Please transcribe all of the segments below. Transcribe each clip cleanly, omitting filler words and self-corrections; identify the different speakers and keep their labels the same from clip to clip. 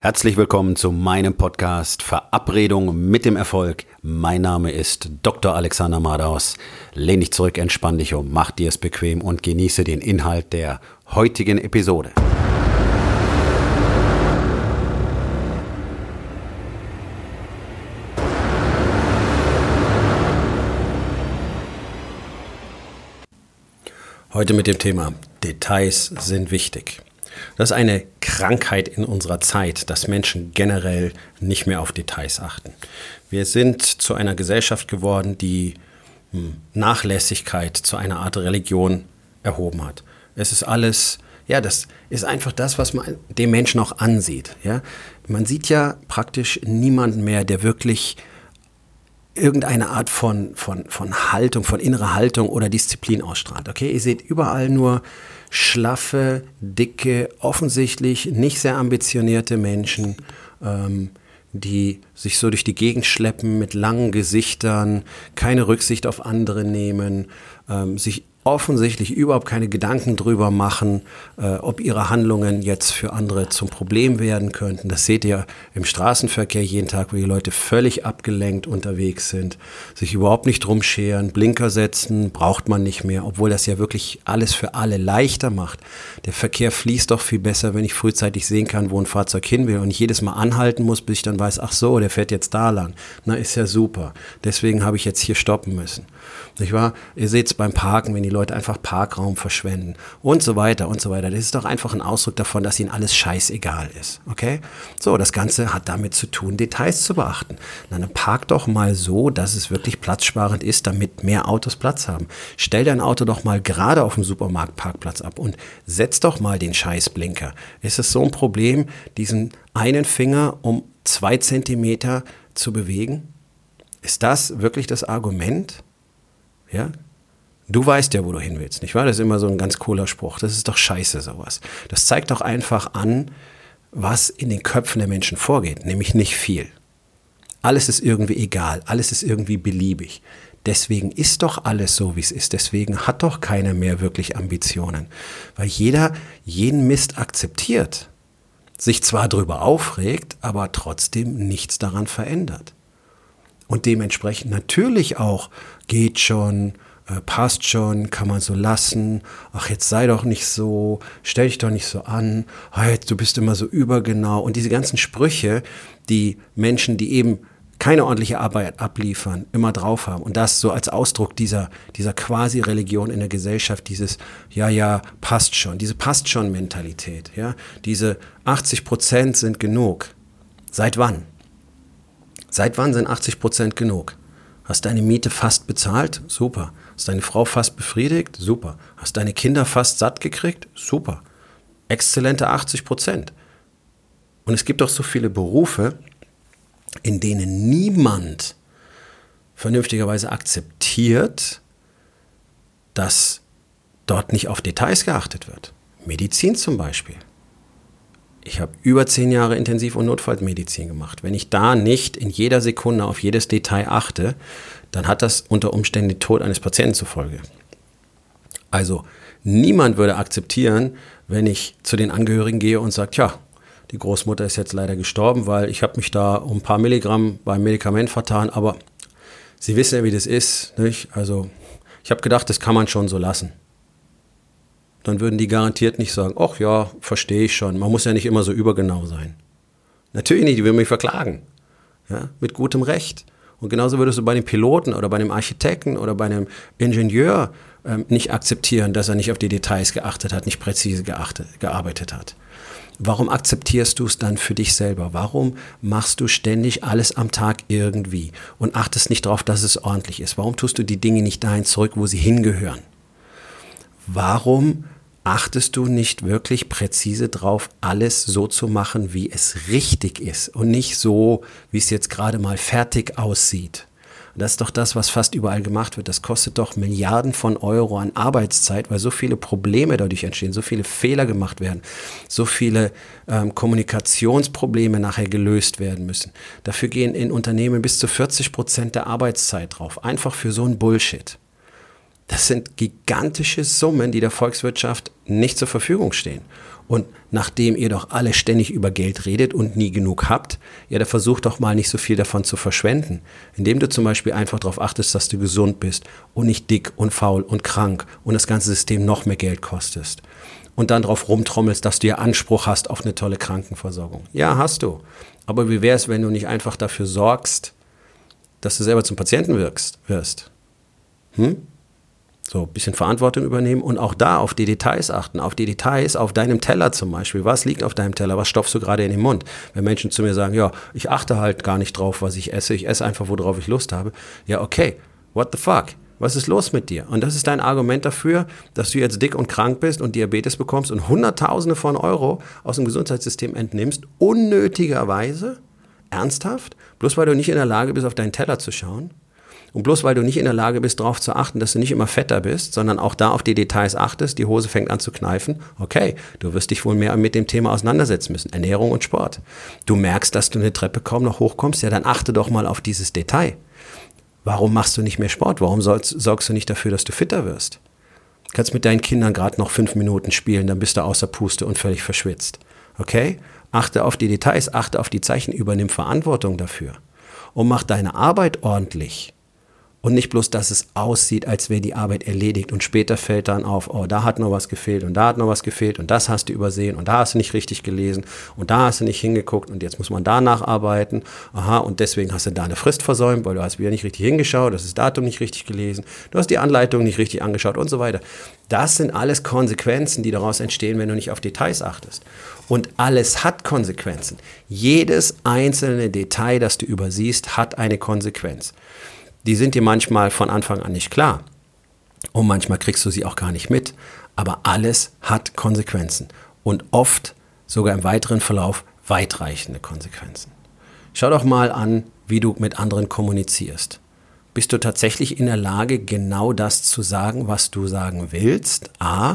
Speaker 1: Herzlich willkommen zu meinem Podcast Verabredung mit dem Erfolg. Mein Name ist Dr. Alexander Madaus. Lehn dich zurück, entspann dich um, mach dir es bequem und genieße den Inhalt der heutigen Episode. Heute mit dem Thema Details sind wichtig. Das ist eine Krankheit in unserer Zeit, dass Menschen generell nicht mehr auf Details achten. Wir sind zu einer Gesellschaft geworden, die Nachlässigkeit zu einer Art Religion erhoben hat. Es ist alles, das ist einfach das, was man dem Menschen auch ansieht. Ja? Man sieht ja praktisch niemanden mehr, der wirklich irgendeine Art von Haltung, von innerer Haltung oder Disziplin ausstrahlt. Okay, ihr seht überall nur schlaffe, dicke, offensichtlich nicht sehr ambitionierte Menschen, die sich so durch die Gegend schleppen mit langen Gesichtern, keine Rücksicht auf andere nehmen, sich offensichtlich überhaupt keine Gedanken drüber machen, ob ihre Handlungen jetzt für andere zum Problem werden könnten. Das seht ihr im Straßenverkehr jeden Tag, wo die Leute völlig abgelenkt unterwegs sind, sich überhaupt nicht drum scheren, Blinker setzen, braucht man nicht mehr, obwohl das ja wirklich alles für alle leichter macht. Der Verkehr fließt doch viel besser, wenn ich frühzeitig sehen kann, wo ein Fahrzeug hin will und ich jedes Mal anhalten muss, bis ich dann weiß, ach so, der fährt jetzt da lang. Na, ist ja super. Deswegen habe ich jetzt hier stoppen müssen. Nicht wahr? Ihr seht es beim Parken, wenn die Leute einfach Parkraum verschwenden und so weiter und so weiter. Das ist doch einfach ein Ausdruck davon, dass ihnen alles scheißegal ist. Okay? So, das Ganze hat damit zu tun, Details zu beachten. Dann park doch mal so, dass es wirklich platzsparend ist, damit mehr Autos Platz haben. Stell dein Auto doch mal gerade auf dem Supermarktparkplatz ab und setz doch mal den Scheißblinker. Ist es so ein Problem, diesen einen Finger um 2 Zentimeter zu bewegen? Ist das wirklich das Argument? Ja? Du weißt ja, wo du hin willst, nicht wahr? Das ist immer so ein ganz cooler Spruch. Das ist doch scheiße, sowas. Das zeigt doch einfach an, was in den Köpfen der Menschen vorgeht, nämlich nicht viel. Alles ist irgendwie egal, alles ist irgendwie beliebig. Deswegen ist doch alles so, wie es ist. Deswegen hat doch keiner mehr wirklich Ambitionen. Weil jeder jeden Mist akzeptiert, sich zwar drüber aufregt, aber trotzdem nichts daran verändert. Und dementsprechend natürlich auch geht schon, passt schon, kann man so lassen, ach jetzt sei doch nicht so, stell dich doch nicht so an, du bist immer so übergenau und diese ganzen Sprüche, die Menschen, die eben keine ordentliche Arbeit abliefern, immer drauf haben und das so als Ausdruck dieser Quasi-Religion in der Gesellschaft, dieses passt schon, diese Passt-schon-Mentalität, ja, diese 80% sind genug. Seit wann? Seit wann sind 80% genug? Hast deine Miete fast bezahlt? Super. Hast deine Frau fast befriedigt? Super. Hast deine Kinder fast satt gekriegt? Super. Exzellente 80%. Und es gibt doch so viele Berufe, in denen niemand vernünftigerweise akzeptiert, dass dort nicht auf Details geachtet wird. Medizin zum Beispiel. Ich habe über 10 Jahre Intensiv- und Notfallmedizin gemacht. Wenn ich da nicht in jeder Sekunde auf jedes Detail achte, dann hat das unter Umständen den Tod eines Patienten zur Folge. Also niemand würde akzeptieren, wenn ich zu den Angehörigen gehe und sage, die Großmutter ist jetzt leider gestorben, weil ich habe mich da um ein paar Milligramm beim Medikament vertan, aber Sie wissen ja, wie das ist, nicht? Also ich habe gedacht, das kann man schon so lassen. Dann würden die garantiert nicht sagen, ach ja, verstehe ich schon, man muss ja nicht immer so übergenau sein. Natürlich nicht, die würden mich verklagen, ja, mit gutem Recht. Und genauso würdest du bei dem Piloten oder bei dem Architekten oder bei einem Ingenieur nicht akzeptieren, dass er nicht auf die Details geachtet hat, nicht präzise gearbeitet hat. Warum akzeptierst du es dann für dich selber? Warum machst du ständig alles am Tag irgendwie und achtest nicht darauf, dass es ordentlich ist? Warum tust du die Dinge nicht dahin zurück, wo sie hingehören? Warum achtest du nicht wirklich präzise drauf, alles so zu machen, wie es richtig ist und nicht so, wie es jetzt gerade mal fertig aussieht? Das ist doch das, was fast überall gemacht wird. Das kostet doch Milliarden von Euro an Arbeitszeit, weil so viele Probleme dadurch entstehen, so viele Fehler gemacht werden, so viele Kommunikationsprobleme nachher gelöst werden müssen. Dafür gehen in Unternehmen bis zu 40% der Arbeitszeit drauf, einfach für so ein Bullshit. Das sind gigantische Summen, die der Volkswirtschaft nicht zur Verfügung stehen. Und nachdem ihr doch alle ständig über Geld redet und nie genug habt, ja, da versucht doch mal nicht so viel davon zu verschwenden. Indem du zum Beispiel einfach darauf achtest, dass du gesund bist und nicht dick und faul und krank und das ganze System noch mehr Geld kostest. Und dann drauf rumtrommelst, dass du ja Anspruch hast auf eine tolle Krankenversorgung. Ja, hast du. Aber wie wäre es, wenn du nicht einfach dafür sorgst, dass du selber zum Patienten wirst? So, ein bisschen Verantwortung übernehmen und auch da auf die Details achten. Auf die Details auf deinem Teller zum Beispiel. Was liegt auf deinem Teller? Was stopfst du gerade in den Mund? Wenn Menschen zu mir sagen, ja, ich achte halt gar nicht drauf, was ich esse einfach, worauf ich Lust habe. Ja, okay, what the fuck? Was ist los mit dir? Und das ist dein Argument dafür, dass du jetzt dick und krank bist und Diabetes bekommst und Hunderttausende von Euro aus dem Gesundheitssystem entnimmst, unnötigerweise, ernsthaft, bloß weil du nicht in der Lage bist, auf deinen Teller zu schauen. Und bloß weil du nicht in der Lage bist, darauf zu achten, dass du nicht immer fetter bist, sondern auch da auf die Details achtest, die Hose fängt an zu kneifen, okay, du wirst dich wohl mehr mit dem Thema auseinandersetzen müssen, Ernährung und Sport. Du merkst, dass du eine Treppe kaum noch hochkommst, ja, dann achte doch mal auf dieses Detail. Warum machst du nicht mehr Sport? Warum sorgst du nicht dafür, dass du fitter wirst? Du kannst mit deinen Kindern gerade noch 5 Minuten spielen, dann bist du außer Puste und völlig verschwitzt. Okay? Achte auf die Details, achte auf die Zeichen, übernimm Verantwortung dafür. Und mach deine Arbeit ordentlich. Und nicht bloß, dass es aussieht, als wäre die Arbeit erledigt und später fällt dann auf, oh, da hat noch was gefehlt und da hat noch was gefehlt und das hast du übersehen und da hast du nicht richtig gelesen und da hast du nicht hingeguckt und jetzt muss man da nacharbeiten. Aha, und deswegen hast du da eine Frist versäumt, weil du hast wieder nicht richtig hingeschaut, hast das Datum nicht richtig gelesen, du hast die Anleitung nicht richtig angeschaut und so weiter. Das sind alles Konsequenzen, die daraus entstehen, wenn du nicht auf Details achtest. Und alles hat Konsequenzen. Jedes einzelne Detail, das du übersiehst, hat eine Konsequenz. Die sind dir manchmal von Anfang an nicht klar und manchmal kriegst du sie auch gar nicht mit. Aber alles hat Konsequenzen und oft sogar im weiteren Verlauf weitreichende Konsequenzen. Schau doch mal an, wie du mit anderen kommunizierst. Bist du tatsächlich in der Lage, genau das zu sagen, was du sagen willst? A.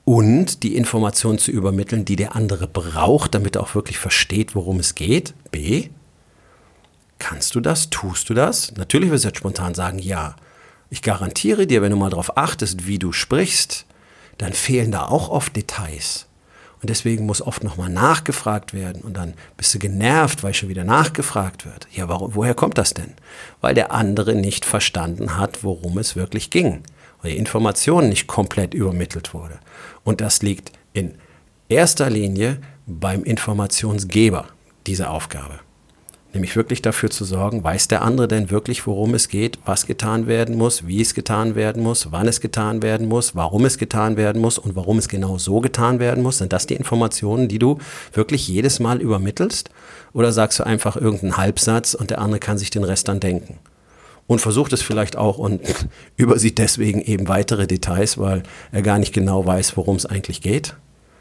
Speaker 1: Und die Information zu übermitteln, die der andere braucht, damit er auch wirklich versteht, worum es geht? B. Kannst du das? Tust du das? Natürlich wirst du jetzt spontan sagen, ja. Ich garantiere dir, wenn du mal darauf achtest, wie du sprichst, dann fehlen da auch oft Details. Und deswegen muss oft nochmal nachgefragt werden und dann bist du genervt, weil schon wieder nachgefragt wird. Ja, woher kommt das denn? Weil der andere nicht verstanden hat, worum es wirklich ging. Weil die Information nicht komplett übermittelt wurde. Und das liegt in erster Linie beim Informationsgeber, diese Aufgabe. Nämlich wirklich dafür zu sorgen, weiß der andere denn wirklich, worum es geht, was getan werden muss, wie es getan werden muss, wann es getan werden muss, warum es getan werden muss und warum es genau so getan werden muss? Sind das die Informationen, die du wirklich jedes Mal übermittelst? Oder sagst du einfach irgendeinen Halbsatz und der andere kann sich den Rest dann denken? Und versucht es vielleicht auch und übersieht deswegen eben weitere Details, weil er gar nicht genau weiß, worum es eigentlich geht?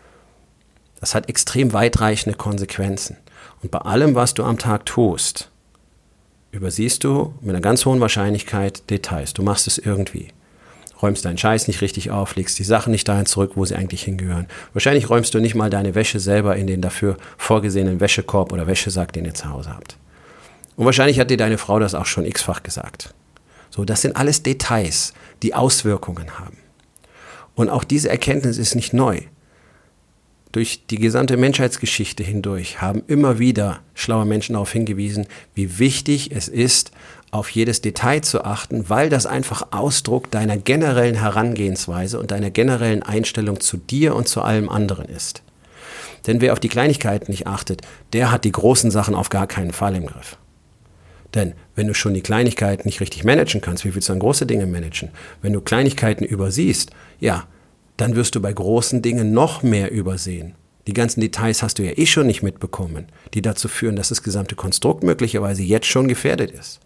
Speaker 1: Das hat extrem weitreichende Konsequenzen. Und bei allem, was du am Tag tust, übersiehst du mit einer ganz hohen Wahrscheinlichkeit Details. Du machst es irgendwie. Räumst deinen Scheiß nicht richtig auf, legst die Sachen nicht dahin zurück, wo sie eigentlich hingehören. Wahrscheinlich räumst du nicht mal deine Wäsche selber in den dafür vorgesehenen Wäschekorb oder Wäschesack, den ihr zu Hause habt. Und wahrscheinlich hat dir deine Frau das auch schon x-fach gesagt. So, das sind alles Details, die Auswirkungen haben. Und auch diese Erkenntnis ist nicht neu. Durch die gesamte Menschheitsgeschichte hindurch haben immer wieder schlaue Menschen darauf hingewiesen, wie wichtig es ist, auf jedes Detail zu achten, weil das einfach Ausdruck deiner generellen Herangehensweise und deiner generellen Einstellung zu dir und zu allem anderen ist. Denn wer auf die Kleinigkeiten nicht achtet, der hat die großen Sachen auf gar keinen Fall im Griff. Denn wenn du schon die Kleinigkeiten nicht richtig managen kannst, wie willst du dann große Dinge managen? Wenn du Kleinigkeiten übersiehst, ja, dann wirst du bei großen Dingen noch mehr übersehen. Die ganzen Details hast du ja schon nicht mitbekommen, die dazu führen, dass das gesamte Konstrukt möglicherweise jetzt schon gefährdet ist.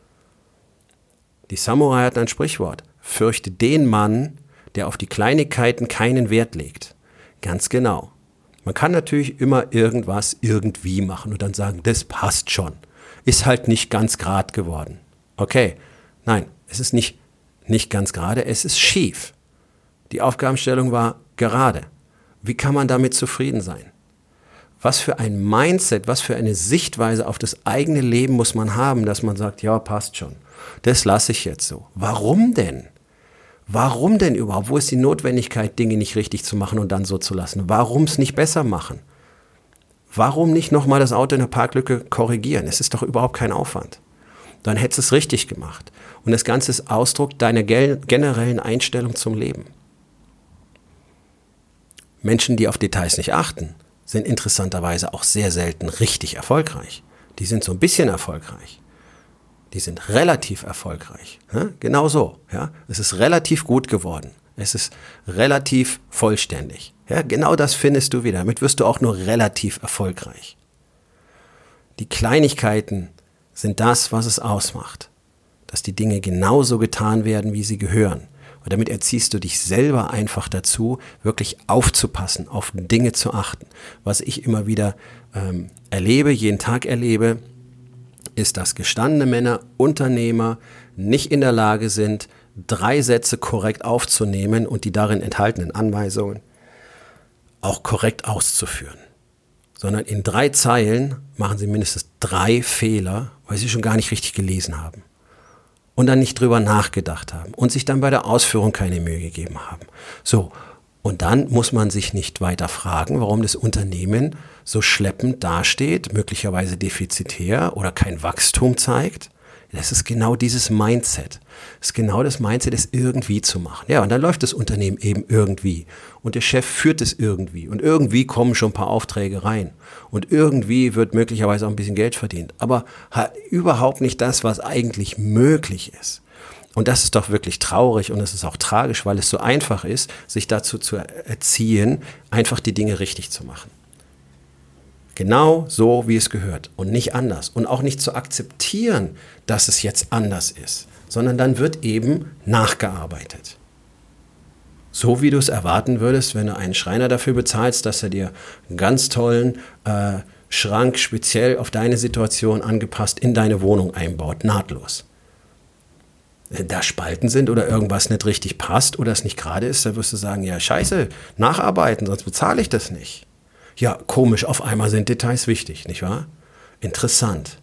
Speaker 1: Die Samurai hatten ein Sprichwort: Fürchte den Mann, der auf die Kleinigkeiten keinen Wert legt. Ganz genau. Man kann natürlich immer irgendwas irgendwie machen und dann sagen, das passt schon. Ist halt nicht ganz gerade geworden. Okay, nein, es ist nicht ganz gerade, es ist schief. Die Aufgabenstellung war gerade. Wie kann man damit zufrieden sein? Was für ein Mindset, was für eine Sichtweise auf das eigene Leben muss man haben, dass man sagt, ja, passt schon. Das lasse ich jetzt so. Warum denn? Warum denn überhaupt? Wo ist die Notwendigkeit, Dinge nicht richtig zu machen und dann so zu lassen? Warum es nicht besser machen? Warum nicht nochmal das Auto in der Parklücke korrigieren? Es ist doch überhaupt kein Aufwand. Dann hättest du es richtig gemacht. Und das Ganze ist Ausdruck deiner generellen Einstellung zum Leben. Menschen, die auf Details nicht achten, sind interessanterweise auch sehr selten richtig erfolgreich. Die sind so ein bisschen erfolgreich. Die sind relativ erfolgreich. Ja? Genau so. Ja? Es ist relativ gut geworden. Es ist relativ vollständig. Ja? Genau das findest du wieder. Damit wirst du auch nur relativ erfolgreich. Die Kleinigkeiten sind das, was es ausmacht. Dass die Dinge genauso getan werden, wie sie gehören. Und damit erziehst du dich selber einfach dazu, wirklich aufzupassen, auf Dinge zu achten. Was ich immer wieder erlebe, jeden Tag erlebe, ist, dass gestandene Männer, Unternehmer nicht in der Lage sind, 3 Sätze korrekt aufzunehmen und die darin enthaltenen Anweisungen auch korrekt auszuführen. Sondern in 3 Zeilen machen sie mindestens 3 Fehler, weil sie schon gar nicht richtig gelesen haben. Und dann nicht drüber nachgedacht haben und sich dann bei der Ausführung keine Mühe gegeben haben. So, und dann muss man sich nicht weiter fragen, warum das Unternehmen so schleppend dasteht, möglicherweise defizitär oder kein Wachstum zeigt. Das ist genau dieses Mindset. Das ist genau das Mindset, es irgendwie zu machen. Ja, und dann läuft das Unternehmen eben irgendwie. Und der Chef führt es irgendwie. Und irgendwie kommen schon ein paar Aufträge rein. Und irgendwie wird möglicherweise auch ein bisschen Geld verdient. Aber halt überhaupt nicht das, was eigentlich möglich ist. Und das ist doch wirklich traurig und es ist auch tragisch, weil es so einfach ist, sich dazu zu erziehen, einfach die Dinge richtig zu machen. Genau so, wie es gehört und nicht anders. Und auch nicht zu akzeptieren, dass es jetzt anders ist, sondern dann wird eben nachgearbeitet. So wie du es erwarten würdest, wenn du einen Schreiner dafür bezahlst, dass er dir einen ganz tollen Schrank speziell auf deine Situation angepasst in deine Wohnung einbaut, nahtlos. Wenn da Spalten sind oder irgendwas nicht richtig passt oder es nicht gerade ist, dann wirst du sagen, ja scheiße, nacharbeiten, sonst bezahle ich das nicht. Ja, komisch, auf einmal sind Details wichtig, nicht wahr? Interessant.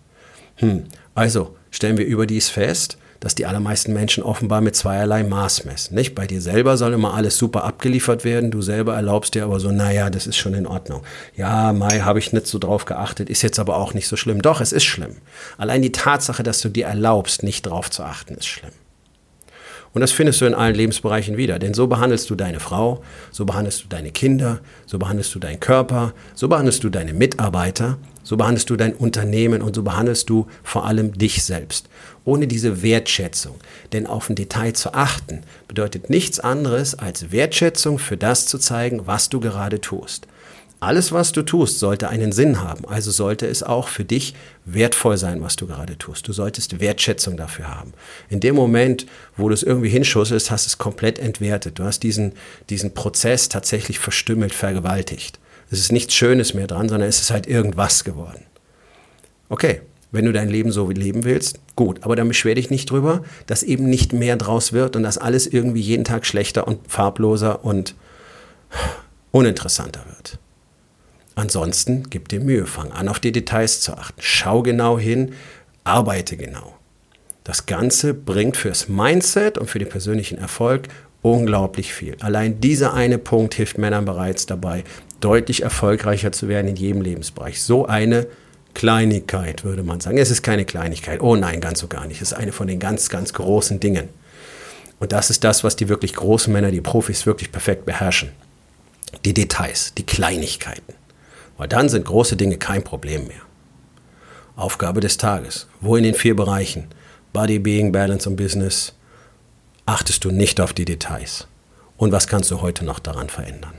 Speaker 1: Also stellen wir überdies fest, dass die allermeisten Menschen offenbar mit zweierlei Maß messen. Nicht? Bei dir selber soll immer alles super abgeliefert werden, du selber erlaubst dir aber so, naja, das ist schon in Ordnung. Ja, habe ich nicht so drauf geachtet, ist jetzt aber auch nicht so schlimm. Doch, es ist schlimm. Allein die Tatsache, dass du dir erlaubst, nicht drauf zu achten, ist schlimm. Und das findest du in allen Lebensbereichen wieder, denn so behandelst du deine Frau, so behandelst du deine Kinder, so behandelst du deinen Körper, so behandelst du deine Mitarbeiter, so behandelst du dein Unternehmen und so behandelst du vor allem dich selbst. Ohne diese Wertschätzung, denn auf ein Detail zu achten, bedeutet nichts anderes als Wertschätzung für das zu zeigen, was du gerade tust. Alles, was du tust, sollte einen Sinn haben, also sollte es auch für dich wertvoll sein, was du gerade tust. Du solltest Wertschätzung dafür haben. In dem Moment, wo du es irgendwie hinschusselst, hast du es komplett entwertet. Du hast diesen Prozess tatsächlich verstümmelt, vergewaltigt. Es ist nichts Schönes mehr dran, sondern es ist halt irgendwas geworden. Okay, wenn du dein Leben so leben willst, gut, aber dann beschwer dich nicht drüber, dass eben nicht mehr draus wird und dass alles irgendwie jeden Tag schlechter und farbloser und uninteressanter wird. Ansonsten gib dir Mühe, fang an, auf die Details zu achten. Schau genau hin, arbeite genau. Das Ganze bringt fürs Mindset und für den persönlichen Erfolg unglaublich viel. Allein dieser eine Punkt hilft Männern bereits dabei, deutlich erfolgreicher zu werden in jedem Lebensbereich. So eine Kleinigkeit, würde man sagen. Es ist keine Kleinigkeit. Oh nein, ganz so gar nicht. Es ist eine von den ganz, ganz großen Dingen. Und das ist das, was die wirklich großen Männer, die Profis wirklich perfekt beherrschen. Die Details, die Kleinigkeiten. Weil dann sind große Dinge kein Problem mehr. Aufgabe des Tages. Wo in den 4 Bereichen Body, Being, Balance und Business achtest du nicht auf die Details? Und was kannst du heute noch daran verändern?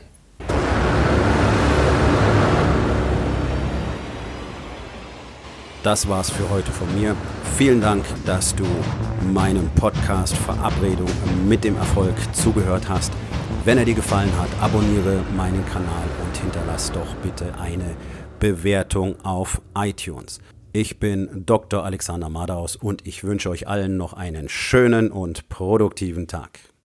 Speaker 1: Das war's für heute von mir. Vielen Dank, dass du meinem Podcast Verabredung mit dem Erfolg zugehört hast. Wenn er dir gefallen hat, abonniere meinen Kanal und hinterlass doch bitte eine Bewertung auf iTunes. Ich bin Dr. Alexander Madaus und ich wünsche euch allen noch einen schönen und produktiven Tag.